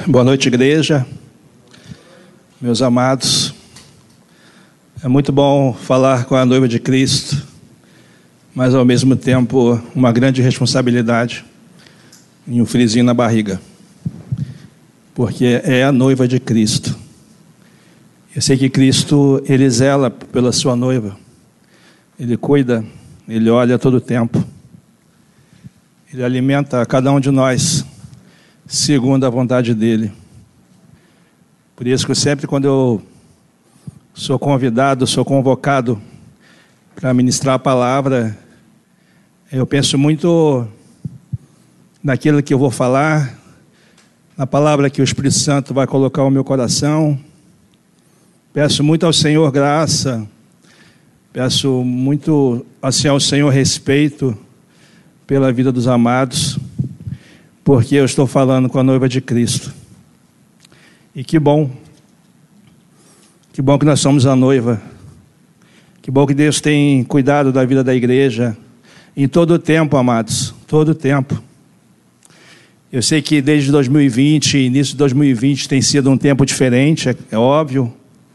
Boa noite, igreja, meus amados. É muito bom falar com a noiva de Cristo, mas ao mesmo tempo uma grande responsabilidade e um friozinho na barriga, porque é a noiva de Cristo. Eu sei que Cristo, Ele zela pela sua noiva, Ele cuida, Ele olha todo o tempo, Ele alimenta cada um de nós segundo a vontade dEle. Por isso que sempre quando eu sou convidado, sou convocado para ministrar a palavra, eu penso muito naquilo que eu vou falar, na palavra que o Espírito Santo vai colocar no meu coração. Peço muito ao Senhor graça, peço muito assim ao Senhor respeito pela vida dos amados, porque eu estou falando com a noiva de Cristo. E que bom que nós somos a noiva, que bom que Deus tem cuidado da vida da igreja, em todo o tempo, amados, todo o tempo. Eu sei que desde 2020, início de 2020, tem sido um tempo diferente, é óbvio,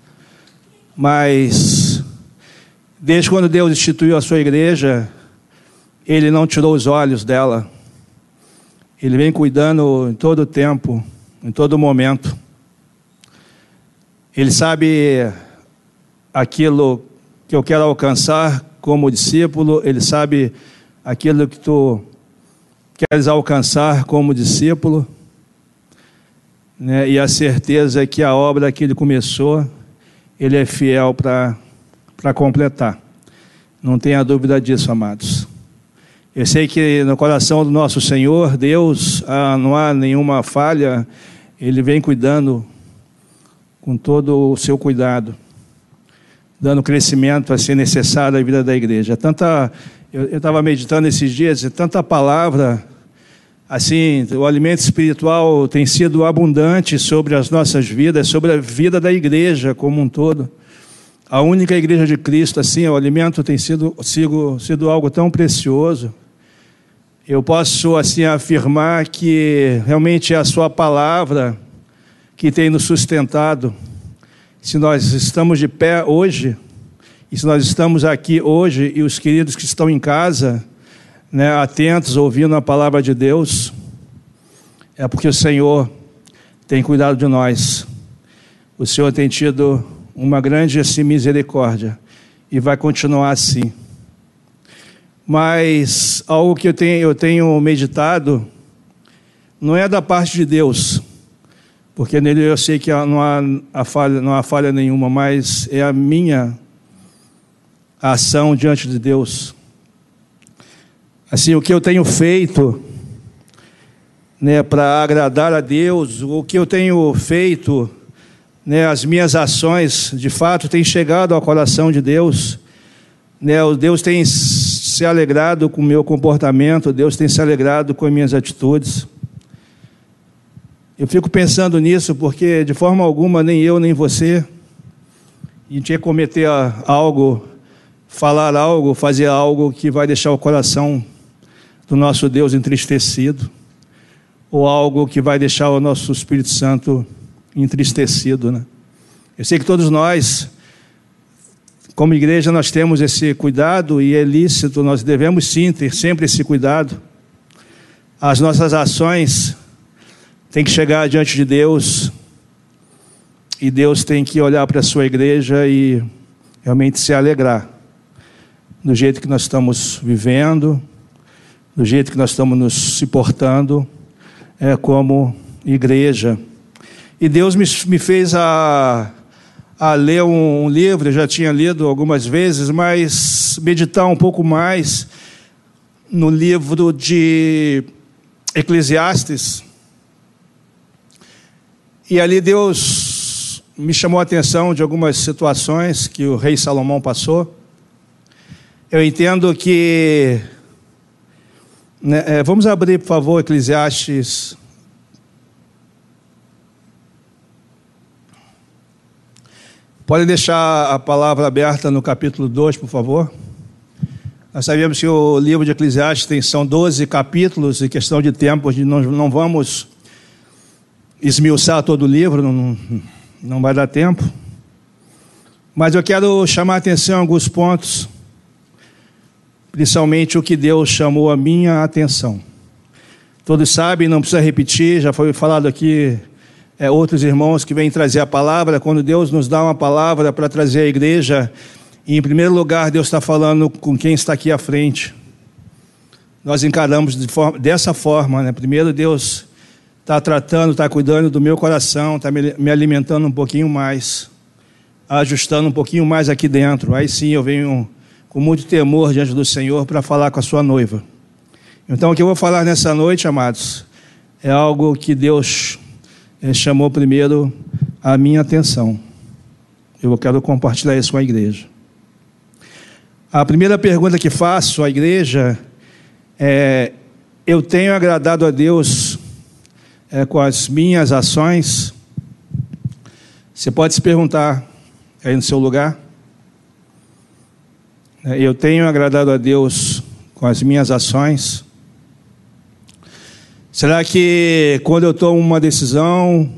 mas desde quando Deus instituiu a sua igreja, Ele não tirou os olhos dela. Ele vem cuidando em todo o tempo, em todo momento. Ele sabe aquilo que eu quero alcançar como discípulo, Ele sabe aquilo que tu queres alcançar como discípulo, né? E a certeza é que a obra que Ele começou, Ele é fiel para completar. Não tenha dúvida disso, amados. Eu sei que no coração do nosso Senhor, Deus, não há nenhuma falha. Ele vem cuidando com todo o seu cuidado, dando crescimento a ser necessário à vida da igreja. Eu estava meditando esses dias, tanta palavra, assim, o alimento espiritual tem sido abundante sobre as nossas vidas, sobre a vida da igreja como um todo. A única igreja de Cristo, assim, o alimento tem sido algo tão precioso. Eu posso, assim, afirmar que realmente é a sua palavra que tem nos sustentado. Se nós estamos de pé hoje, e se nós estamos aqui hoje, e os queridos que estão em casa, né, atentos, ouvindo a palavra de Deus, é porque o Senhor tem cuidado de nós. O Senhor tem tido uma grande assim, misericórdia, e vai continuar assim. Mas algo que eu tenho meditado não é da parte de Deus, porque nele eu sei que não há falha nenhuma, mas é a minha ação diante de Deus. Assim, o que eu tenho feito, né, para agradar a Deus, o que eu tenho feito, né, as minhas ações, de fato, têm chegado ao coração de Deus. Né, Deus tem se alegrado com o meu comportamento, Deus tem se alegrado com as minhas atitudes. Eu fico pensando nisso porque, de forma alguma, nem eu, nem você, a gente ia cometer algo, falar algo, fazer algo que vai deixar o coração do nosso Deus entristecido, ou algo que vai deixar o nosso Espírito Santo entristecido, né? Eu sei que todos nós, como igreja, nós temos esse cuidado, e é lícito, nós devemos sim ter sempre esse cuidado. As nossas ações têm que chegar diante de Deus, e Deus tem que olhar para a sua igreja e realmente se alegrar do jeito que nós estamos vivendo, do jeito que nós estamos nos se portando como igreja. E Deus me fez a ler um livro, eu já tinha lido algumas vezes, mas meditar um pouco mais no livro de Eclesiastes. E ali Deus me chamou a atenção de algumas situações que o rei Salomão passou. Eu entendo que... vamos abrir, por favor, Eclesiastes. Podem deixar a palavra aberta no capítulo 2, por favor. Nós sabemos que o livro de Eclesiastes são 12 capítulos, e questão de tempo, não vamos esmiuçar todo o livro, não vai dar tempo. Mas eu quero chamar a atenção em alguns pontos, principalmente o que Deus chamou a minha atenção. Todos sabem, não precisa repetir, já foi falado aqui, outros irmãos que vêm trazer a palavra. Quando Deus nos dá uma palavra para trazer à igreja, e em primeiro lugar Deus está falando com quem está aqui à frente. Nós encaramos dessa forma, né? Primeiro Deus está tratando, está cuidando do meu coração, está me alimentando um pouquinho mais, ajustando um pouquinho mais aqui dentro. Aí sim eu venho com muito temor diante do Senhor para falar com a sua noiva. Então o que eu vou falar nessa noite, amados, é algo que Deus chamou primeiro a minha atenção. Eu quero compartilhar isso com a igreja. A primeira pergunta que faço à igreja é: eu tenho agradado a Deus com as minhas ações? Você pode se perguntar aí no seu lugar. Eu tenho agradado a Deus com as minhas ações? Será que quando eu tomo uma decisão,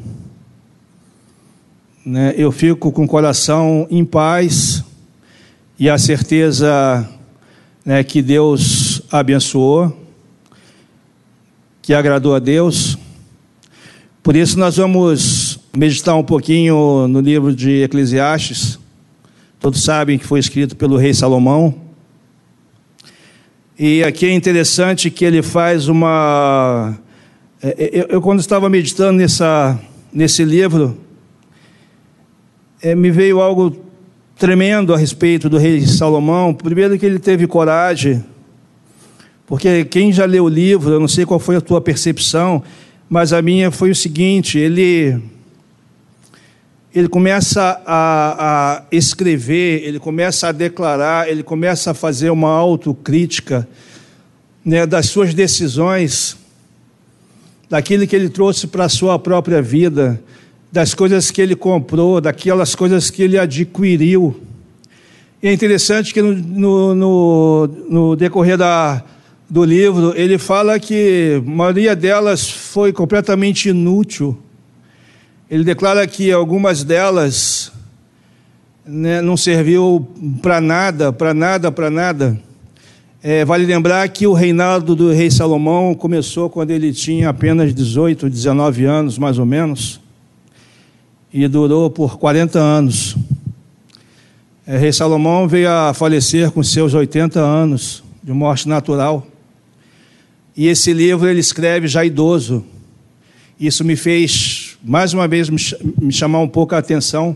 né, eu fico com o coração em paz e a certeza, né, que Deus abençoou, que agradou a Deus? Por isso nós vamos meditar um pouquinho no livro de Eclesiastes. Todos sabem que foi escrito pelo rei Salomão. E aqui é interessante que ele faz uma... Eu quando estava meditando nesse livro, me veio algo tremendo a respeito do rei Salomão. Primeiro que ele teve coragem, porque quem já leu o livro, eu não sei qual foi a tua percepção, mas a minha foi o seguinte: ele começa a escrever, ele começa a declarar, ele começa a fazer uma autocrítica, né, das suas decisões, daquilo que ele trouxe para a sua própria vida, das coisas que ele comprou, daquelas coisas que ele adquiriu. E é interessante que no decorrer do livro, ele fala que a maioria delas foi completamente inútil. Ele declara que algumas delas, né, não serviu para nada. Vale lembrar que o reinado do rei Salomão começou quando ele tinha apenas 18, 19 anos, mais ou menos, e durou por 40 anos. Rei Salomão veio a falecer com seus 80 anos, de morte natural. E esse livro ele escreve já idoso. Isso me fez, mais uma vez, me chamar um pouco a atenção,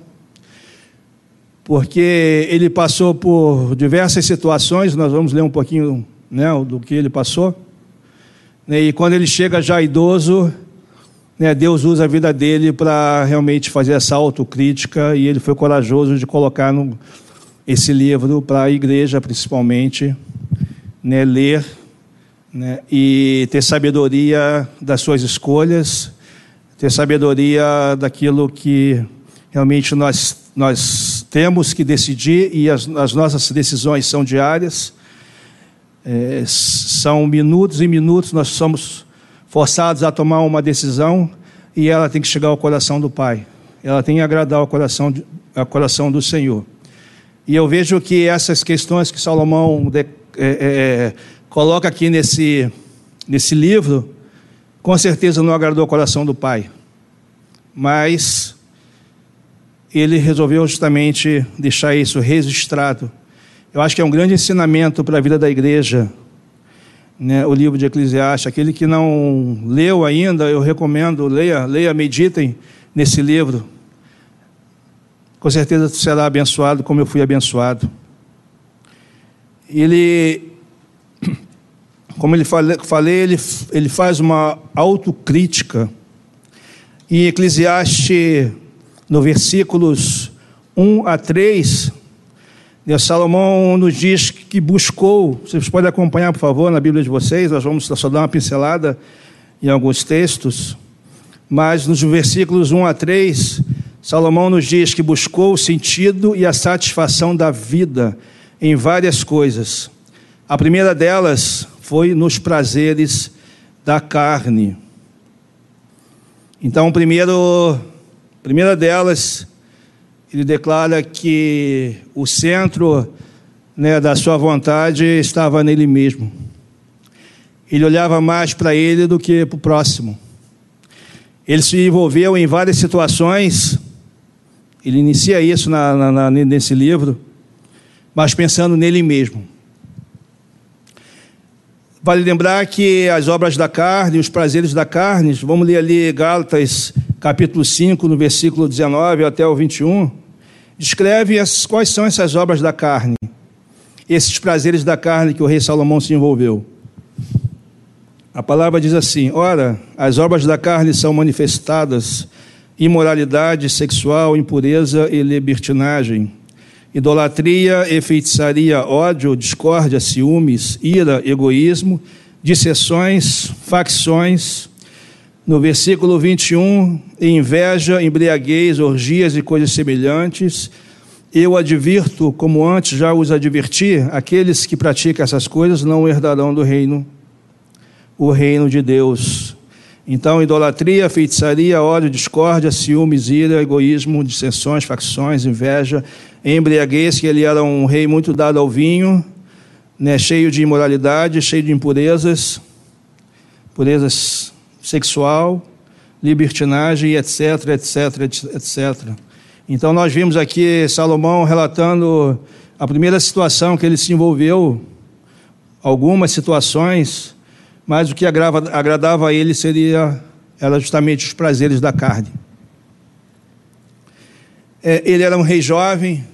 porque ele passou por diversas situações. Nós vamos ler um pouquinho, né, do que ele passou. E quando ele chega já idoso, né, Deus usa a vida dele para realmente fazer essa autocrítica, e ele foi corajoso de colocar esse livro para a igreja, principalmente, né, ler, né, e ter sabedoria das suas escolhas, ter sabedoria daquilo que realmente nós temos que decidir, e as nossas decisões são diárias, são minutos e minutos, nós somos forçados a tomar uma decisão, e ela tem que chegar ao coração do Pai, ela tem que agradar ao coração do Senhor. E eu vejo que essas questões que Salomão coloca aqui nesse livro, com certeza não agradou ao coração do Pai, mas ele resolveu justamente deixar isso registrado. Eu acho que é um grande ensinamento para a vida da igreja, né, o livro de Eclesiastes. Aquele que não leu ainda, eu recomendo, leia, meditem nesse livro. Com certeza tu será abençoado como eu fui abençoado. Ele, como ele falei, ele faz uma autocrítica. Em Eclesiastes, no versículos 1 a 3, Salomão nos diz que buscou. Vocês podem acompanhar, por favor, na Bíblia de vocês. Nós vamos só dar uma pincelada em alguns textos, mas nos versículos 1 a 3, Salomão nos diz que buscou o sentido e a satisfação da vida em várias coisas. A primeira delas foi nos prazeres da carne. Então, primeira delas, ele declara que o centro, né, da sua vontade estava nele mesmo. Ele olhava mais para ele do que para o próximo. Ele se envolveu em várias situações, ele inicia isso nesse livro, mas pensando nele mesmo. Vale lembrar que as obras da carne, os prazeres da carne, vamos ler ali Gálatas capítulo 5, no versículo 19 até o 21, descreve quais são essas obras da carne, esses prazeres da carne que o rei Salomão se envolveu. A palavra diz assim: ora, as obras da carne são manifestadas: imoralidade sexual, impureza e libertinagem, idolatria e feitiçaria, ódio, discórdia, ciúmes, ira, egoísmo, dissensões, facções. No versículo 21, inveja, embriaguez, orgias e coisas semelhantes. Eu advirto, como antes já os adverti, aqueles que praticam essas coisas não herdarão o reino de Deus. Então, idolatria, feitiçaria, ódio, discórdia, ciúmes, ira, egoísmo, dissensões, facções, inveja, embriaguez, que ele era um rei muito dado ao vinho, né, cheio de imoralidade, cheio de impurezas sexual, libertinagem, etc, etc, etc. Então, nós vimos aqui Salomão relatando a primeira situação que ele se envolveu, algumas situações, mas o que agradava a ele era justamente os prazeres da carne. Ele era um rei jovem,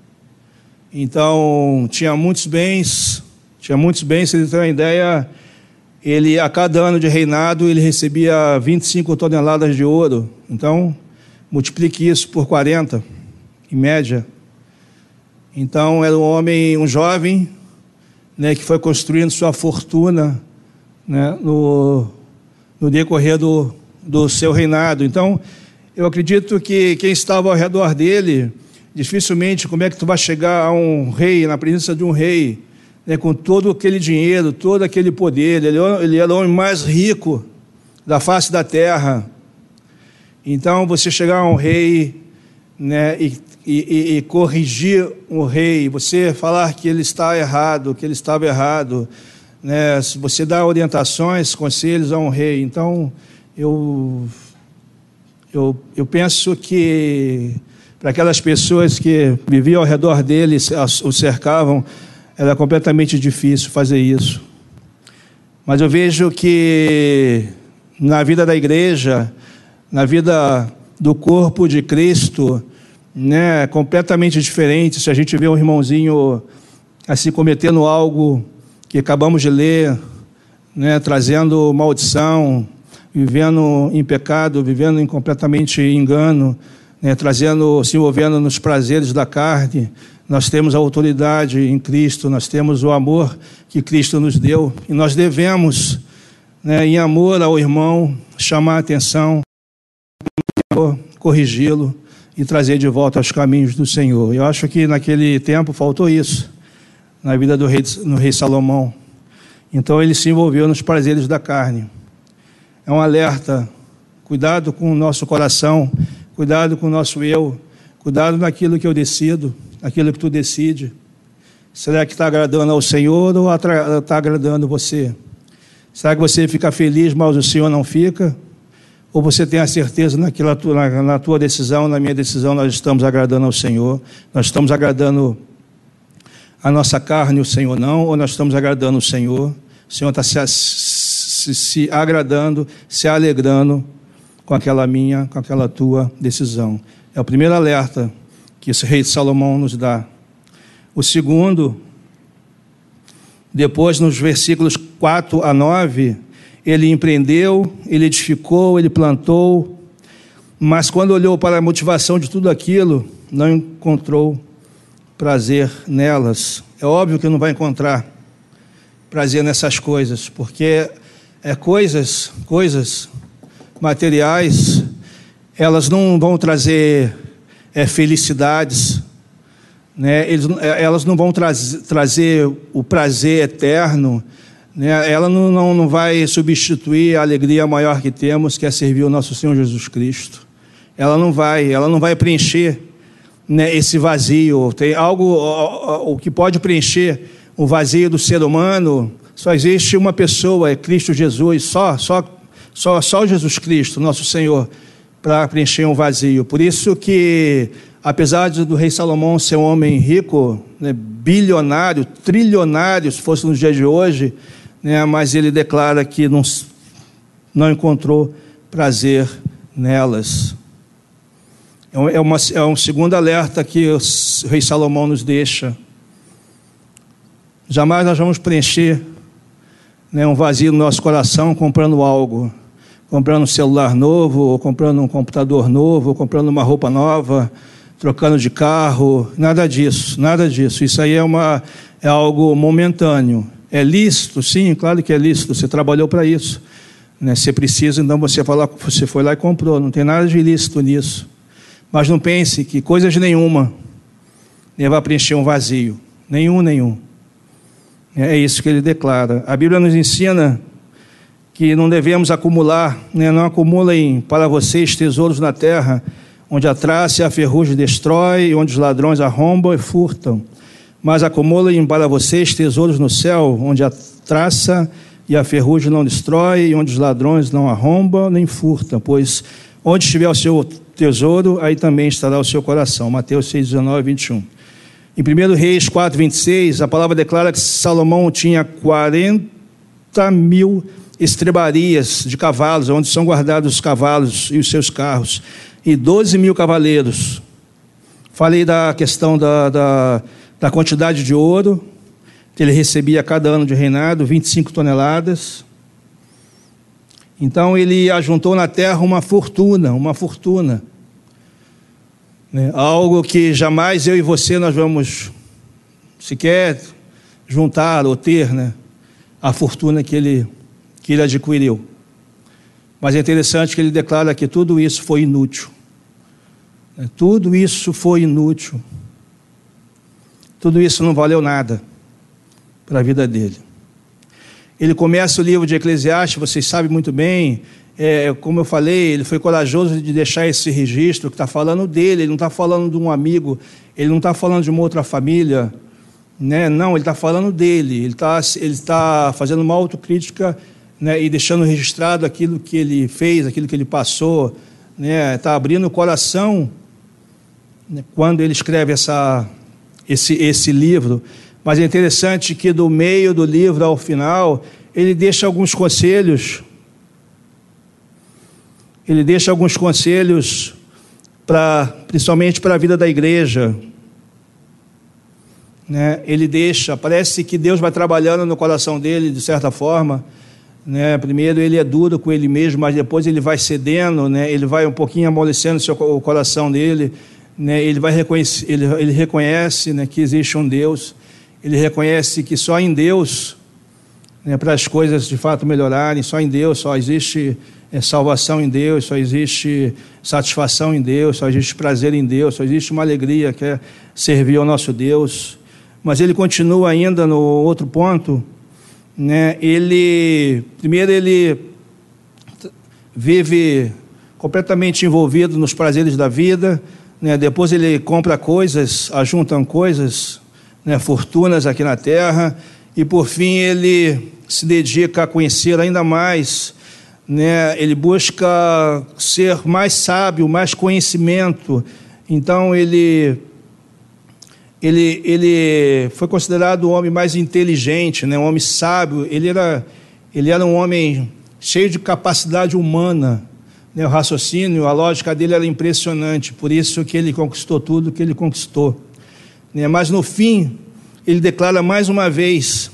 então tinha muitos bens, se ele tem uma ideia, ele a cada ano de reinado ele recebia 25 toneladas de ouro, então multiplique isso por 40, em média. Então era um jovem, né, que foi construindo sua fortuna, né, no decorrer do seu reinado. Então, eu acredito que quem estava ao redor dele, dificilmente, como é que tu vai chegar a um rei, na presença de um rei, né, com todo aquele dinheiro, todo aquele poder, ele era o homem mais rico da face da terra. Então, você chegar a um rei, né, e corrigir um rei, você falar que ele está errado, que ele estava errado, né, você dá orientações, conselhos a um rei. Então, eu penso que para aquelas pessoas que viviam ao redor dele, o cercavam, era completamente difícil fazer isso. Mas eu vejo que na vida da igreja, na vida do corpo de Cristo, né, é completamente diferente. Se a gente vê um irmãozinho assim cometendo algo que acabamos de ler, né, trazendo maldição, vivendo em pecado, vivendo em completamente engano, né, se envolvendo nos prazeres da carne, nós temos a autoridade em Cristo, nós temos o amor que Cristo nos deu, e nós devemos, né, em amor ao irmão, chamar a atenção, corrigi-lo e trazer de volta aos caminhos do Senhor. Eu acho que naquele tempo faltou isso na vida do rei Salomão. Então ele se envolveu nos prazeres da carne. É um alerta: cuidado com o nosso coração, cuidado com o nosso eu, cuidado naquilo que eu decido, naquilo que tu decide. Será que está agradando ao Senhor ou está agradando você? Será que você fica feliz, mas o Senhor não fica? Ou você tem a certeza na tua decisão, na minha decisão, nós estamos agradando ao Senhor, nós estamos agradando a nossa carne, o Senhor não, ou nós estamos agradando o Senhor está se agradando, se alegrando com aquela tua decisão. É o primeiro alerta que esse rei de Salomão nos dá. O segundo, depois nos versículos 4 a 9, ele empreendeu, ele edificou, ele plantou, mas quando olhou para a motivação de tudo aquilo, não encontrou prazer nelas. É óbvio que não vai encontrar prazer nessas coisas, porque coisas materiais, elas não vão trazer felicidades, né? Elas não vão trazer o prazer eterno, né? Ela não vai substituir a alegria maior que temos, que é servir o nosso Senhor Jesus Cristo. Ela não vai preencher, né, esse vazio. Tem algo, o que pode preencher o vazio do ser humano, só existe uma pessoa, é Cristo Jesus, só Jesus Cristo, nosso Senhor, para preencher um vazio. Por isso que, apesar do rei Salomão ser um homem rico, né, bilionário, trilionário, se fosse nos dias de hoje, né, mas ele declara que não encontrou prazer nelas. É um segundo alerta que o rei Salomão nos deixa. Jamais nós vamos preencher, né, um vazio no nosso coração comprando algo, comprando um celular novo, ou comprando um computador novo, ou comprando uma roupa nova, trocando de carro, nada disso. Isso aí é algo momentâneo. É lícito? Sim, claro que é lícito, você trabalhou para isso, né? Você precisa, então você foi lá e comprou, não tem nada de ilícito nisso. Mas não pense que coisas nenhuma vai preencher um vazio, nenhum. É isso que ele declara. A Bíblia nos ensina que não devemos acumular, né? Não acumulem para vocês tesouros na terra, onde a traça e a ferrugem destrói, onde os ladrões arrombam e furtam. Mas acumulem para vocês tesouros no céu, onde a traça e a ferrugem não destrói, e onde os ladrões não arrombam nem furtam. Pois onde estiver o seu tesouro, aí também estará o seu coração. Mateus 6, 19 e 21. Em 1 Reis 4, 26, a palavra declara que Salomão tinha 40.000 estrebarias de cavalos, onde são guardados os cavalos e os seus carros, e 12.000 cavaleiros. Falei da questão da quantidade de ouro que ele recebia a cada ano de reinado, 25 toneladas. Então ele ajuntou na terra uma fortuna, né? Algo que jamais eu e você nós vamos sequer juntar ou ter, né? A fortuna que ele adquiriu. Mas é interessante que ele declara que tudo isso foi inútil. Tudo isso foi inútil. Tudo isso não valeu nada para a vida dele. Ele começa o livro de Eclesiastes, vocês sabem muito bem, como eu falei, ele foi corajoso de deixar esse registro que está falando dele, ele não está falando de um amigo, ele não está falando de uma outra família, né? Não, ele está falando dele, ele está fazendo uma autocrítica, né, e deixando registrado aquilo que ele fez, aquilo que ele passou, né? Está abrindo o coração, né, quando ele escreve esse livro. Mas é interessante que do meio do livro ao final, ele deixa alguns conselhos. Ele deixa alguns conselhos, principalmente para a vida da igreja, né? Parece que Deus vai trabalhando no coração dele, de certa forma, né? Primeiro ele é duro com ele mesmo, mas depois ele vai cedendo, né? Ele vai um pouquinho amolecendo o coração dele, né? Ele reconhece, né, que existe um Deus. Ele reconhece que só em Deus, né, para as coisas de fato melhorarem, só em Deus, só existe salvação em Deus, só existe satisfação em Deus, só existe prazer em Deus, só existe uma alegria que é servir ao nosso Deus. Mas ele continua ainda no outro ponto, né? Primeiro ele vive completamente envolvido nos prazeres da vida, né? Depois ele compra coisas, ajunta coisas, né, fortunas aqui na terra, e por fim ele se dedica a conhecer ainda mais, né? Ele busca ser mais sábio, mais conhecimento. Então ele foi considerado o homem mais inteligente, né? Um homem sábio. Ele era um homem cheio de capacidade humana, né? O raciocínio, a lógica dele era impressionante, por isso que ele conquistou tudo que ele conquistou. Mas no fim, ele declara mais uma vez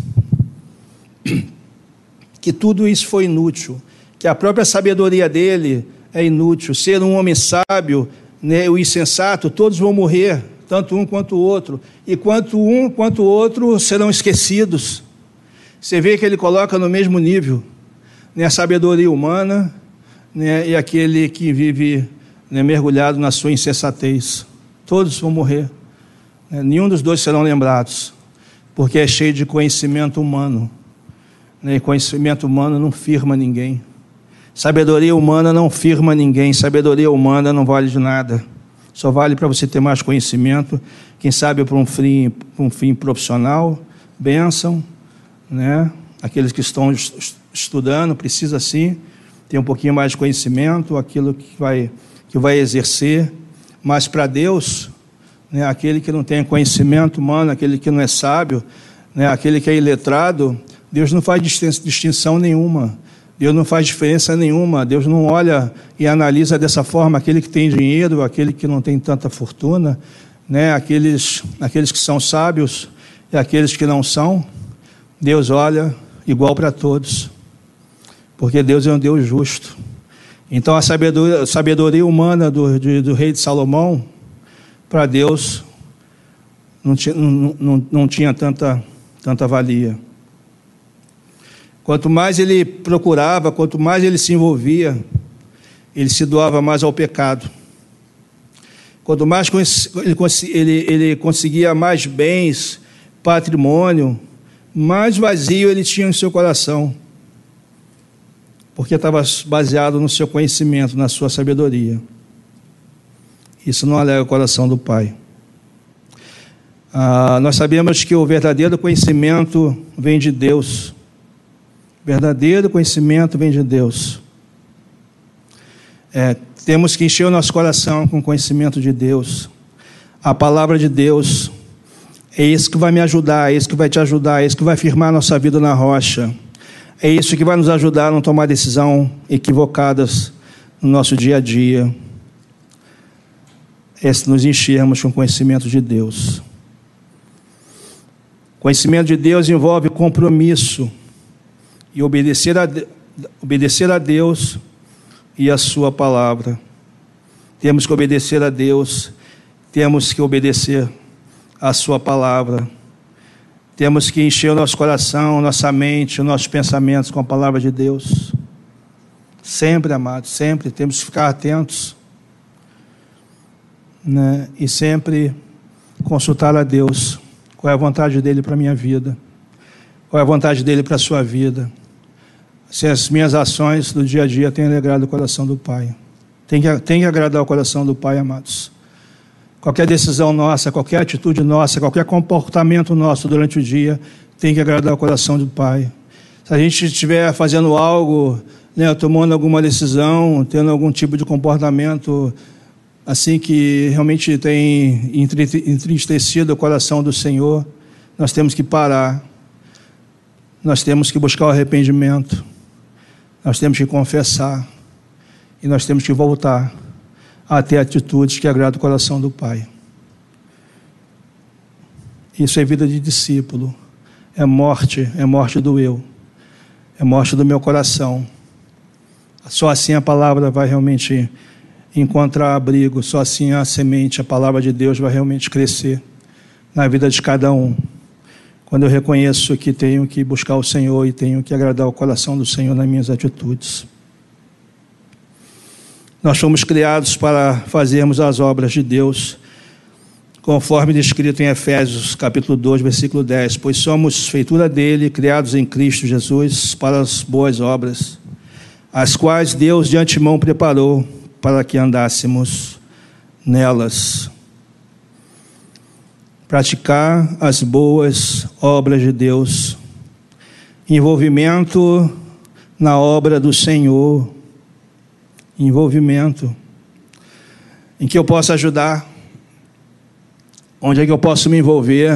que tudo isso foi inútil, que a própria sabedoria dele é inútil. Ser um homem sábio, né, o insensato, todos vão morrer, tanto um quanto o outro, e quanto um quanto o outro serão esquecidos. Você vê que ele coloca no mesmo nível, né, a sabedoria humana, né, e aquele que vive, né, mergulhado na sua insensatez. Todos vão morrer. Nenhum dos dois serão lembrados, porque é cheio de conhecimento humano. né? Conhecimento humano não firma ninguém. Sabedoria humana não firma ninguém. Sabedoria humana não vale de nada. Só vale para você ter mais conhecimento, quem sabe para um fim profissional, bênção, né? Aqueles que estão estudando, precisa sim ter um pouquinho mais de conhecimento, aquilo que vai exercer, mas para Deus, né, aquele que não tem conhecimento humano, aquele que não é sábio, né, aquele que é iletrado, Deus não faz distinção nenhuma, Deus não faz diferença nenhuma, Deus não olha e analisa dessa forma aquele que tem dinheiro, aquele que não tem tanta fortuna, né, aqueles que são sábios e aqueles que não são. Deus olha igual para todos, porque Deus é um Deus justo. Então a sabedoria humana do rei de Salomão, para Deus, não tinha tanta valia. Quanto mais ele procurava, quanto mais ele se envolvia, ele se doava mais ao pecado. Quanto mais ele conseguia mais bens, patrimônio, mais vazio ele tinha em seu coração, porque estava baseado no seu conhecimento, na sua sabedoria. Isso não alegra o coração do Pai. Nós sabemos que o verdadeiro conhecimento vem de Deus. Verdadeiro conhecimento vem de Deus. Temos que encher o nosso coração com o conhecimento de Deus. A palavra de Deus é isso que vai me ajudar, é isso que vai te ajudar, é isso que vai firmar a nossa vida na rocha. É isso que vai nos ajudar a não tomar decisões equivocadas no nosso dia a dia. É se nos enchermos com o conhecimento de Deus. Conhecimento de Deus envolve compromisso e obedecer a Deus e a sua palavra. Temos que obedecer a Deus, temos que obedecer a sua palavra. Temos que encher o nosso coração, nossa mente, os nossos pensamentos com a palavra de Deus. Sempre, amados, sempre temos que ficar atentos, né? E sempre consultar a Deus. Qual é a vontade dele para a minha vida? Qual é a vontade dele para a sua vida? Se as minhas ações do dia a dia têm alegrado o coração do Pai. Tem que agradar o coração do Pai, amados. Qualquer decisão nossa, qualquer atitude nossa, qualquer comportamento nosso durante o dia tem que agradar o coração do Pai. Se a gente estiver fazendo algo, né, tomando alguma decisão, tendo algum tipo de comportamento assim que realmente tem entristecido o coração do Senhor, nós temos que parar. Nós temos que buscar o arrependimento. Nós temos que confessar. E nós temos que voltar a ter atitudes que agradam o coração do Pai. Isso é vida de discípulo. É morte do eu. É morte do meu coração. Só assim a palavra vai realmente encontrar abrigo. Só assim a semente, a palavra de Deus vai realmente crescer na vida de cada um. Quando eu reconheço que tenho que buscar o Senhor e tenho que agradar o coração do Senhor nas minhas atitudes. Nós fomos criados para fazermos as obras de Deus, conforme descrito em Efésios, capítulo 2, versículo 10. Pois somos feitura dele, criados em Cristo Jesus, para as boas obras, as quais Deus de antemão preparou para que andássemos nelas. Praticar as boas obras de Deus. Envolvimento na obra do Senhor. Envolvimento em que eu posso ajudar, onde é que eu posso me envolver,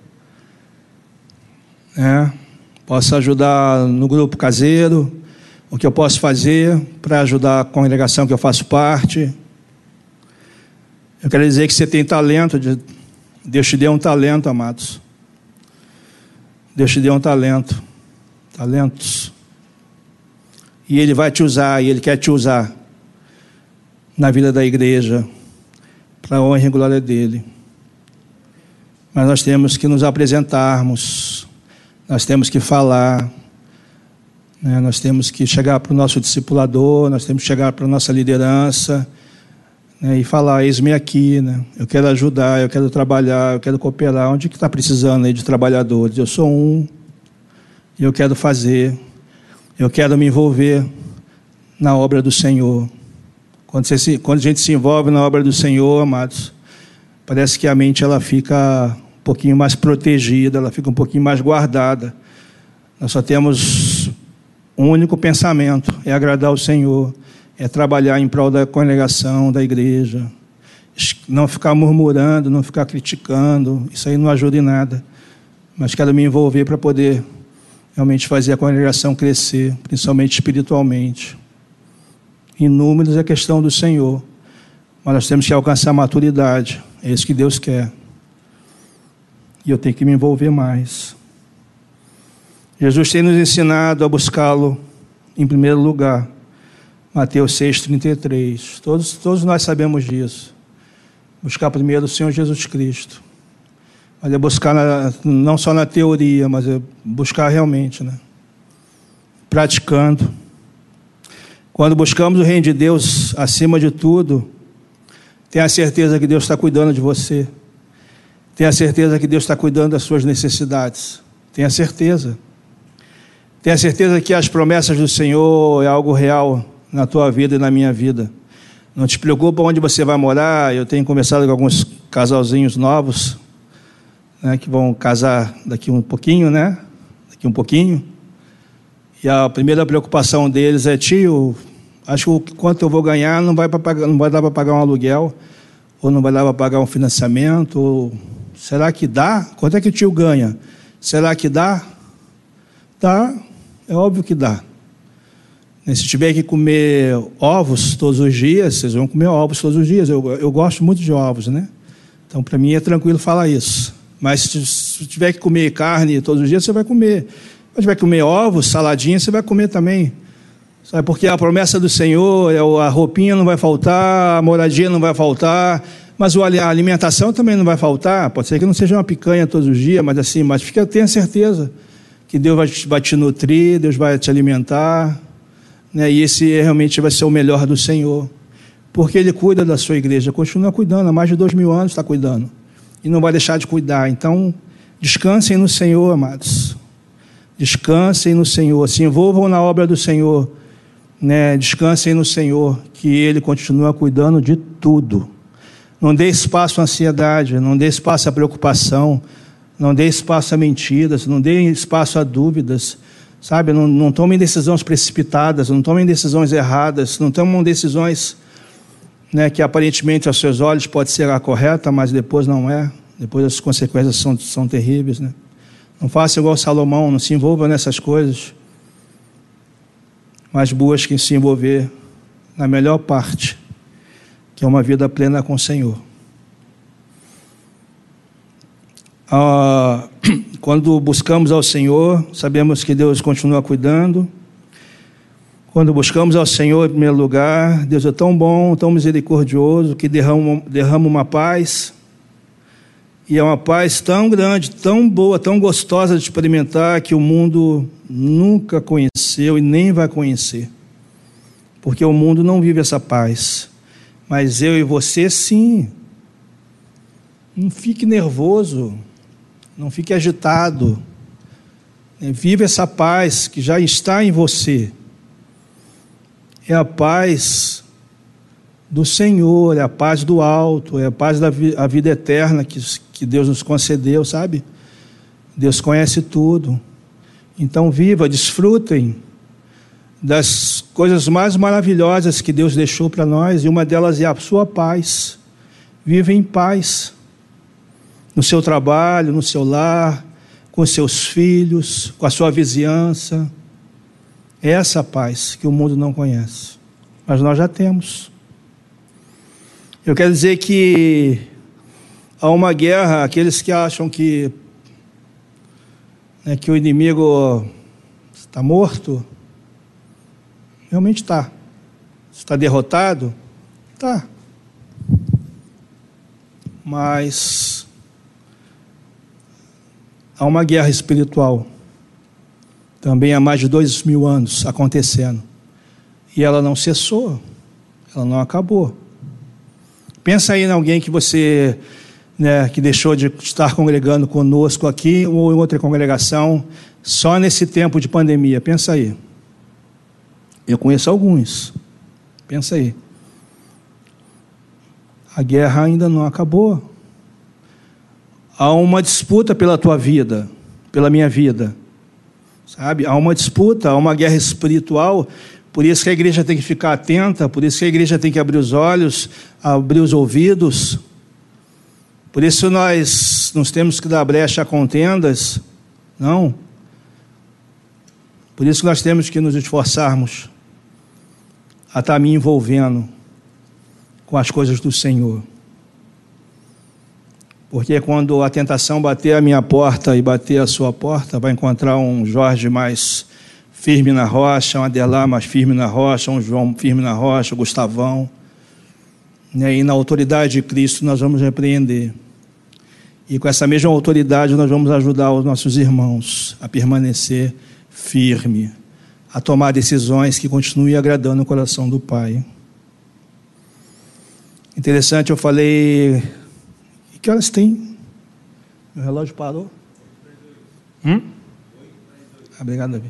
posso ajudar no grupo caseiro, o que eu posso fazer para ajudar a congregação que eu faço parte. Eu quero dizer que você tem talento, Deus te deu um talento, amados. Deus te deu um talento, talentos, e Ele vai te usar, e Ele quer te usar na vida da igreja, para a honra e glória dEle. Mas nós temos que nos apresentarmos, nós temos que falar, né? Nós temos que chegar para o nosso discipulador, nós temos que chegar para a nossa liderança, né? E falar, eis-me aqui, né? Eu quero ajudar, eu quero trabalhar, eu quero cooperar. Onde que está precisando aí de trabalhadores? Eu sou um, eu quero fazer, eu quero me envolver na obra do Senhor. Quando a gente se envolve na obra do Senhor, amados, parece que a mente ela fica um pouquinho mais protegida, ela fica um pouquinho mais guardada. Nós só temos um único pensamento, é agradar o Senhor, é trabalhar em prol da congregação, da igreja, não ficar murmurando, não ficar criticando, isso aí não ajuda em nada, mas quero me envolver para poder realmente fazer a congregação crescer, principalmente espiritualmente. Em números é questão do Senhor, mas nós temos que alcançar a maturidade, é isso que Deus quer, e eu tenho que me envolver mais. Jesus tem nos ensinado a buscá-lo em primeiro lugar, Mateus 6,33, todos nós sabemos disso, buscar primeiro o Senhor Jesus Cristo, mas é buscar não só na teoria, mas é buscar realmente, né? Praticando. Quando buscamos o reino de Deus acima de tudo, tenha certeza que Deus está cuidando de você, tenha certeza que Deus está cuidando das suas necessidades, tenha certeza que as promessas do Senhor é algo real na tua vida e na minha vida. Não te preocupa onde você vai morar. Eu tenho conversado com alguns casalzinhos novos, né, que vão casar daqui um pouquinho, né? Daqui um pouquinho. E a primeira preocupação deles é: tio, acho que quanto eu vou ganhar não vai dar para pagar um aluguel, ou não vai dar para pagar um financiamento, ou será que dá? Quanto é que o tio ganha? Será que dá? Dá, é óbvio que dá. Se tiver que comer ovos todos os dias, vocês vão comer ovos todos os dias. Eu gosto muito de ovos, né? Então, para mim é tranquilo falar isso. Mas se tiver que comer carne todos os dias, você vai comer. Se tiver que comer ovos, saladinha, você vai comer também. Sabe? Porque a promessa do Senhor, a roupinha não vai faltar, a moradia não vai faltar, mas a alimentação também não vai faltar. Pode ser que não seja uma picanha todos os dias, mas assim, tenha certeza que Deus vai te nutrir, Deus vai te alimentar, né? E esse realmente vai ser o melhor do Senhor, porque Ele cuida da sua igreja, continua cuidando, há mais de 2000 anos está cuidando, e não vai deixar de cuidar. Então, descansem no Senhor, amados, descansem no Senhor, se envolvam na obra do Senhor, né? Descansem no Senhor, que Ele continua cuidando de tudo. Não dê espaço à ansiedade, não dê espaço à preocupação, não dê espaço a mentiras, não dê espaço a dúvidas, sabe? Não tomem decisões precipitadas, não tomem decisões erradas, não tomem decisões, né, que aparentemente aos seus olhos pode ser a correta, mas depois não é, depois as consequências são terríveis, né? Não faça igual Salomão, não se envolva nessas coisas, mas busquem se envolver na melhor parte, que é uma vida plena com o Senhor. Quando buscamos ao Senhor, sabemos que Deus continua cuidando. Quando buscamos ao Senhor em primeiro lugar, Deus é tão bom, tão misericordioso, que derrama uma paz, e é uma paz tão grande, tão boa, tão gostosa de experimentar, que o mundo nunca conheceu e nem vai conhecer, porque o mundo não vive essa paz, mas eu e você sim. Não fique nervoso, não fique agitado, viva essa paz que já está em você. É a paz do Senhor, é a paz do alto, é a paz da vida eterna que Deus nos concedeu, sabe? Deus conhece tudo. Então viva, desfrutem das coisas mais maravilhosas que Deus deixou para nós, e uma delas é a sua paz. Viva em paz, no seu trabalho, no seu lar, com seus filhos, com a sua vizinhança. É essa paz que o mundo não conhece, mas nós já temos. Eu quero dizer que há uma guerra, aqueles que acham que o inimigo está morto, realmente está. Está derrotado? Está. Mas há uma guerra espiritual, também há mais de 2000 anos acontecendo, e ela não cessou, ela não acabou. Pensa aí em alguém que você, que deixou de estar congregando conosco aqui, ou em outra congregação, Só nesse tempo de pandemia, pensa aí. Eu conheço alguns. Pensa aí. A guerra ainda não acabou. Há uma disputa pela tua vida, pela minha vida. Sabe? Há uma disputa, há uma guerra espiritual. Por isso que a igreja tem que ficar atenta, por isso que a igreja tem que abrir os olhos, abrir os ouvidos. Por isso nós não temos que dar brecha a contendas, não. Por isso que nós temos que nos esforçarmos a estar me envolvendo com as coisas do Senhor. Porque quando a tentação bater a minha porta e bater a sua porta, vai encontrar um Jorge mais firme na rocha, um Adelar mais firme na rocha, um João firme na rocha, um Gustavão. E na autoridade de Cristo nós vamos repreender. E com essa mesma autoridade nós vamos ajudar os nossos irmãos a permanecer firme, a tomar decisões que continuem agradando o coração do Pai. Interessante, eu falei... Que horas tem? Meu relógio parou? Obrigado, Davi.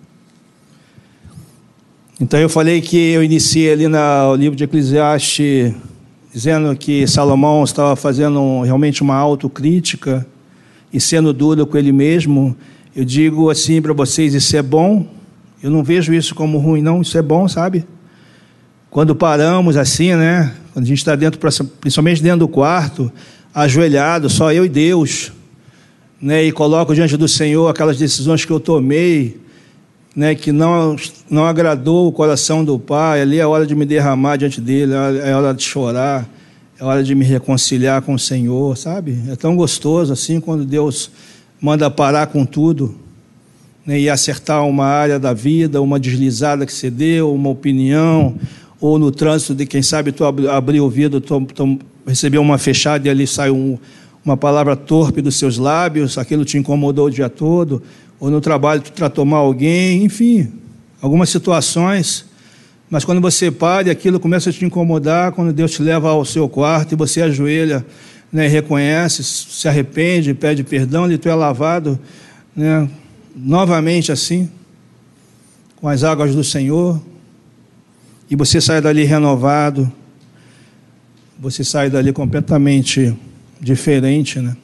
Então eu falei que eu iniciei ali no livro de Eclesiastes, dizendo que Salomão estava fazendo realmente uma autocrítica e sendo duro com ele mesmo. Eu digo assim para vocês, isso é bom. Eu não vejo isso como ruim, não. Isso é bom, sabe? Quando paramos assim, né? Quando a gente está dentro, principalmente dentro do quarto, ajoelhado, só eu e Deus, né? E coloco diante do Senhor aquelas decisões que eu tomei, né? Que não agradou o coração do Pai. Ali é hora de me derramar diante dele, é hora de chorar, é hora de me reconciliar com o Senhor, sabe? É tão gostoso assim quando Deus manda parar com tudo, né? E acertar uma área da vida, uma deslizada que você deu, uma opinião, ou no trânsito de quem sabe tu abrir o ouvido, recebeu uma fechada e ali sai uma palavra torpe dos seus lábios, aquilo te incomodou o dia todo, ou no trabalho tu tratou mal alguém, enfim, algumas situações, mas quando você para e aquilo começa a te incomodar, quando Deus te leva ao seu quarto e você ajoelha, né, reconhece, se arrepende, pede perdão, e tu é lavado, né, novamente assim, com as águas do Senhor, e você sai dali renovado, você sai dali completamente diferente, né?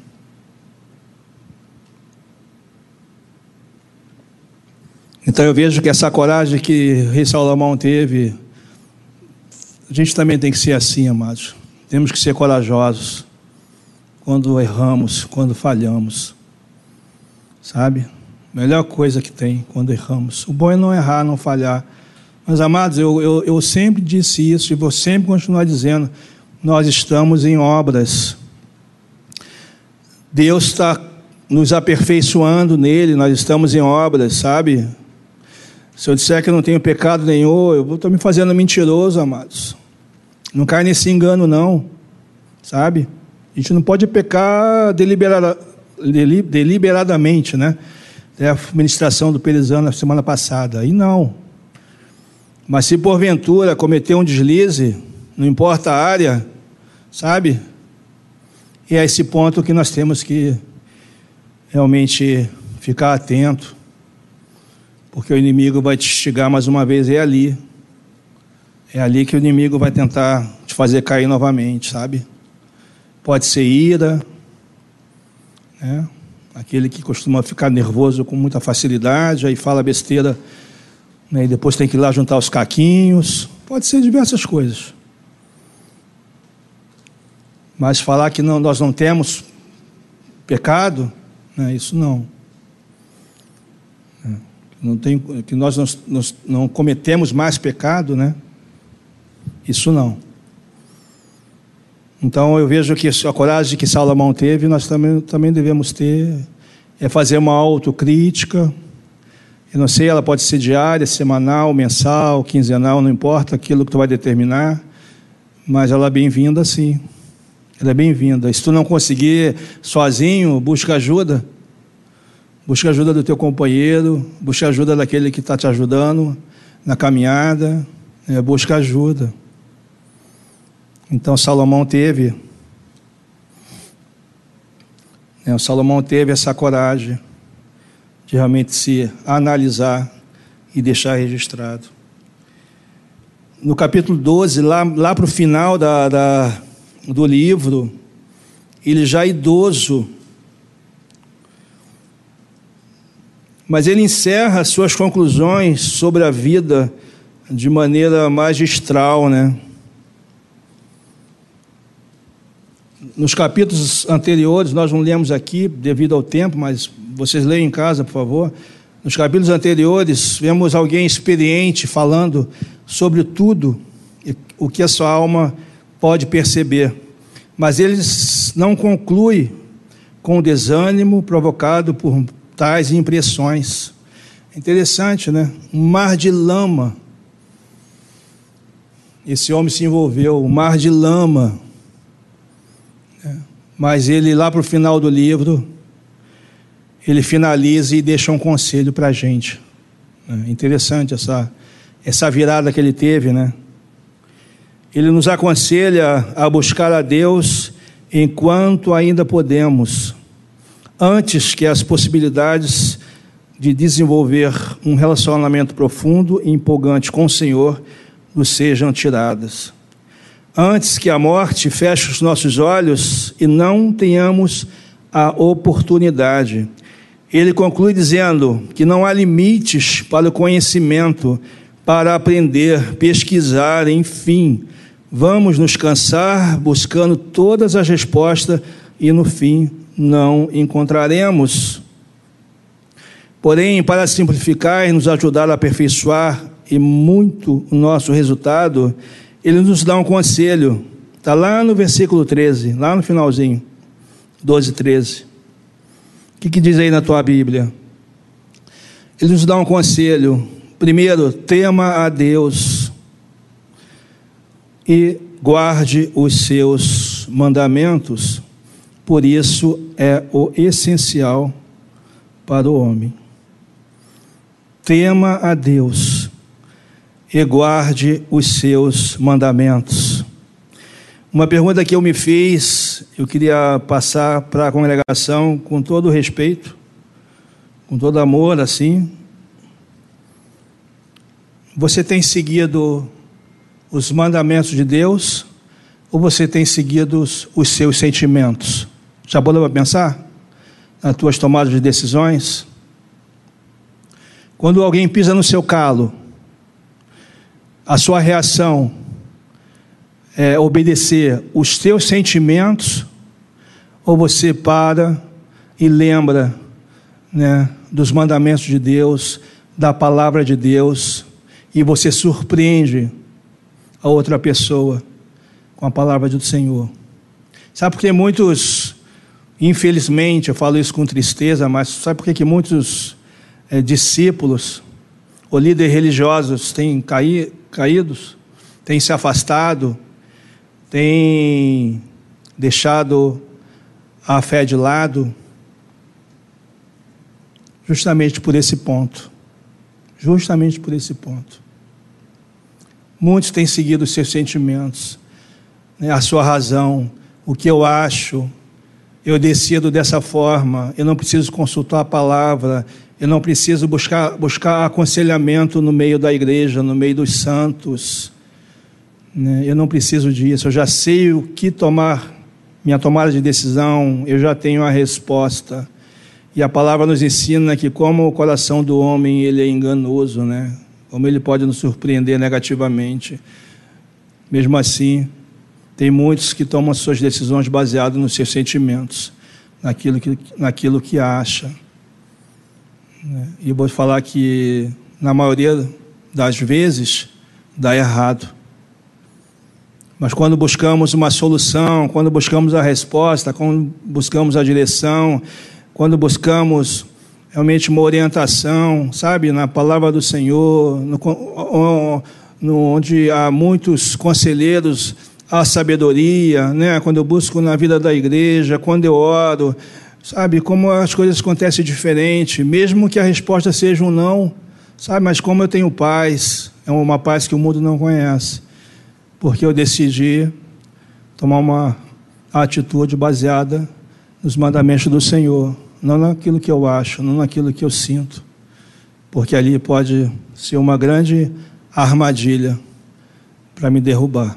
Então eu vejo que essa coragem que o rei Salomão teve, a gente também tem que ser assim, amados. Temos que ser corajosos quando erramos, quando falhamos, sabe? Melhor coisa que tem quando erramos. O bom é não errar, não falhar. Mas, amados, eu sempre disse isso e vou sempre continuar dizendo. Nós estamos em obras. Deus está nos aperfeiçoando nele, nós estamos em obras, sabe? Se eu disser que eu não tenho pecado nenhum, eu estou me fazendo mentiroso, amados. Não cai nesse engano, não, sabe? A gente não pode pecar deliberadamente, né? É a ministração do Perizano na semana passada. Aí não. Mas se porventura cometer um deslize, não importa a área, sabe? E é esse ponto que nós temos que realmente ficar atento, porque o inimigo vai te instigar mais uma vez, é ali que o inimigo vai tentar te fazer cair novamente, sabe? Pode ser ira, né? Aquele que costuma ficar nervoso com muita facilidade, aí fala besteira, né? E depois tem que ir lá juntar os caquinhos, pode ser diversas coisas. Mas falar que nós não temos pecado, né, isso não. Que nós não cometemos mais pecado, né? Isso não. Então eu vejo que a coragem que Salomão teve, nós também devemos ter, é fazer uma autocrítica. Eu não sei, ela pode ser diária, semanal, mensal, quinzenal, não importa aquilo que tu vai determinar, mas ela é bem-vinda sim. Ela é bem-vinda. Se tu não conseguir sozinho, busca ajuda. Busca ajuda do teu companheiro, busca ajuda daquele que está te ajudando na caminhada, busca ajuda. Então Salomão teve essa coragem de realmente se analisar e deixar registrado. No capítulo 12, lá para o final do livro, ele já idoso, mas ele encerra suas conclusões sobre a vida de maneira magistral, né? Nos capítulos anteriores, nós não lemos aqui devido ao tempo, mas vocês leiam em casa, por favor. Nos capítulos anteriores, vemos alguém experiente falando sobre tudo o que a sua alma pode perceber, mas ele não conclui com o desânimo provocado por tais impressões. É interessante, né? Um mar de lama. Esse homem se envolveu, um mar de lama. Mas ele, lá para o final do livro, ele finaliza e deixa um conselho para a gente. É interessante essa virada que ele teve, né? Ele nos aconselha a buscar a Deus enquanto ainda podemos, antes que as possibilidades de desenvolver um relacionamento profundo e empolgante com o Senhor nos sejam tiradas. Antes que a morte feche os nossos olhos e não tenhamos a oportunidade. Ele conclui dizendo que não há limites para o conhecimento, para aprender, pesquisar, enfim. Vamos nos cansar buscando todas as respostas e no fim não encontraremos. Porém, para simplificar e nos ajudar a aperfeiçoar e muito o nosso resultado, ele nos dá um conselho, está lá no versículo 13, lá no finalzinho, 12, 13. O que diz aí na tua Bíblia? Ele nos dá um conselho. Primeiro, tema a Deus e guarde os seus mandamentos, por isso é o essencial para o homem. Tema a Deus e guarde os seus mandamentos. Uma pergunta que eu me fiz, eu queria passar para a congregação com todo respeito, com todo amor, assim. Você tem seguido os mandamentos de Deus ou você tem seguido os seus sentimentos? Já parou para pensar nas tuas tomadas de decisões? Quando alguém pisa no seu calo, a sua reação é obedecer os teus sentimentos, ou você para e lembra, né, dos mandamentos de Deus, da palavra de Deus, e você surpreende a outra pessoa com a palavra do Senhor? Sabe por que muitos, infelizmente, eu falo isso com tristeza, mas sabe por que muitos discípulos ou líderes religiosos têm caídos, têm se afastado, têm deixado a fé de lado? Justamente por esse ponto. Justamente por esse ponto. Muitos têm seguido os seus sentimentos, né, a sua razão, o que eu acho, eu decido dessa forma, eu não preciso consultar a palavra, eu não preciso buscar aconselhamento no meio da igreja, no meio dos santos, né? Eu não preciso disso, eu já sei o que tomar, minha tomada de decisão, eu já tenho a resposta. E a palavra nos ensina que como o coração do homem ele é enganoso, né? Como ele pode nos surpreender negativamente. Mesmo assim, tem muitos que tomam suas decisões baseadas nos seus sentimentos, naquilo que acha. E eu vou falar que, na maioria das vezes, dá errado. Mas quando buscamos uma solução, quando buscamos a resposta, quando buscamos a direção, quando buscamos realmente uma orientação, sabe, na palavra do Senhor, onde há muitos conselheiros, há sabedoria, né? Quando eu busco na vida da igreja, quando eu oro, sabe, como as coisas acontecem diferente, mesmo que a resposta seja um não, sabe, mas como eu tenho paz, é uma paz que o mundo não conhece, porque eu decidi tomar uma atitude baseada nos mandamentos do Senhor, não naquilo que eu acho, não naquilo que eu sinto, porque ali pode ser uma grande armadilha para me derrubar.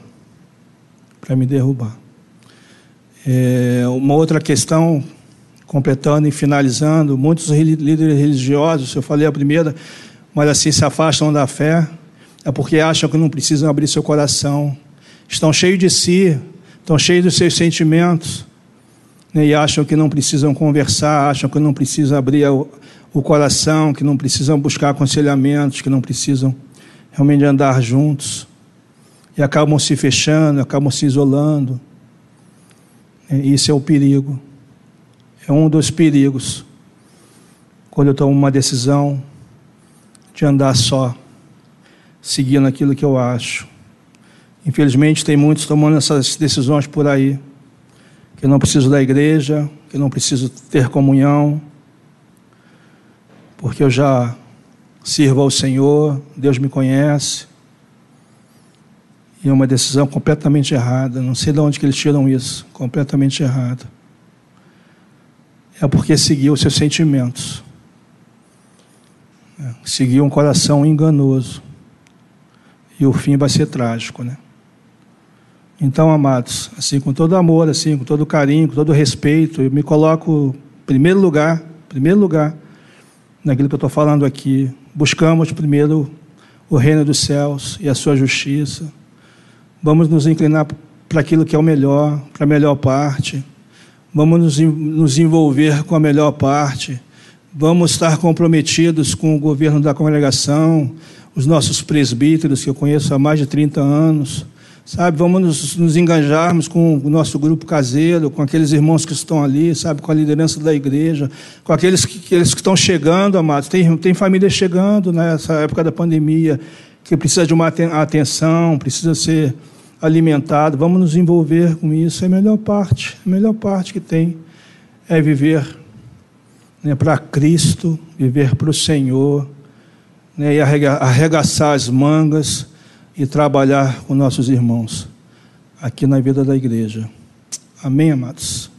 Uma outra questão, completando e finalizando, muitos líderes religiosos, eu falei a primeira, mas assim se afastam da fé, é porque acham que não precisam abrir seu coração, estão cheios de si, estão cheios dos seus sentimentos, né, e acham que não precisam conversar, acham que não precisam abrir o coração, que não precisam buscar aconselhamentos, que não precisam realmente andar juntos, e acabam se fechando, acabam se isolando. Isso é o perigo, é um dos perigos, quando eu tomo uma decisão de andar só, seguindo aquilo que eu acho. Infelizmente tem muitos tomando essas decisões por aí, que eu não preciso da igreja, que eu não preciso ter comunhão, porque eu já sirvo ao Senhor, Deus me conhece. E é uma decisão completamente errada, não sei de onde que eles tiram isso, completamente errada. É porque seguiu os seus sentimentos, seguiu um coração enganoso, e o fim vai ser trágico, né? Então, amados, assim, com todo amor, assim, com todo carinho, com todo respeito, eu me coloco em primeiro lugar, naquilo que eu estou falando aqui. Buscamos primeiro o reino dos céus e a sua justiça. Vamos nos inclinar para aquilo que é o melhor, para a melhor parte. Vamos nos envolver com a melhor parte. Vamos estar comprometidos com o governo da congregação, os nossos presbíteros, que eu conheço há mais de 30 anos. Sabe, vamos nos engajarmos com o nosso grupo caseiro, com aqueles irmãos que estão ali, sabe, com a liderança da igreja, com aqueles que estão chegando, amados. Tem família chegando nessa época da pandemia, que precisa de uma atenção, precisa ser alimentado. Vamos nos envolver com isso. É a melhor parte que tem é viver, né, para Cristo, viver para o Senhor, né, e arregaçar as mangas e trabalhar com nossos irmãos aqui na vida da igreja. Amém, amados?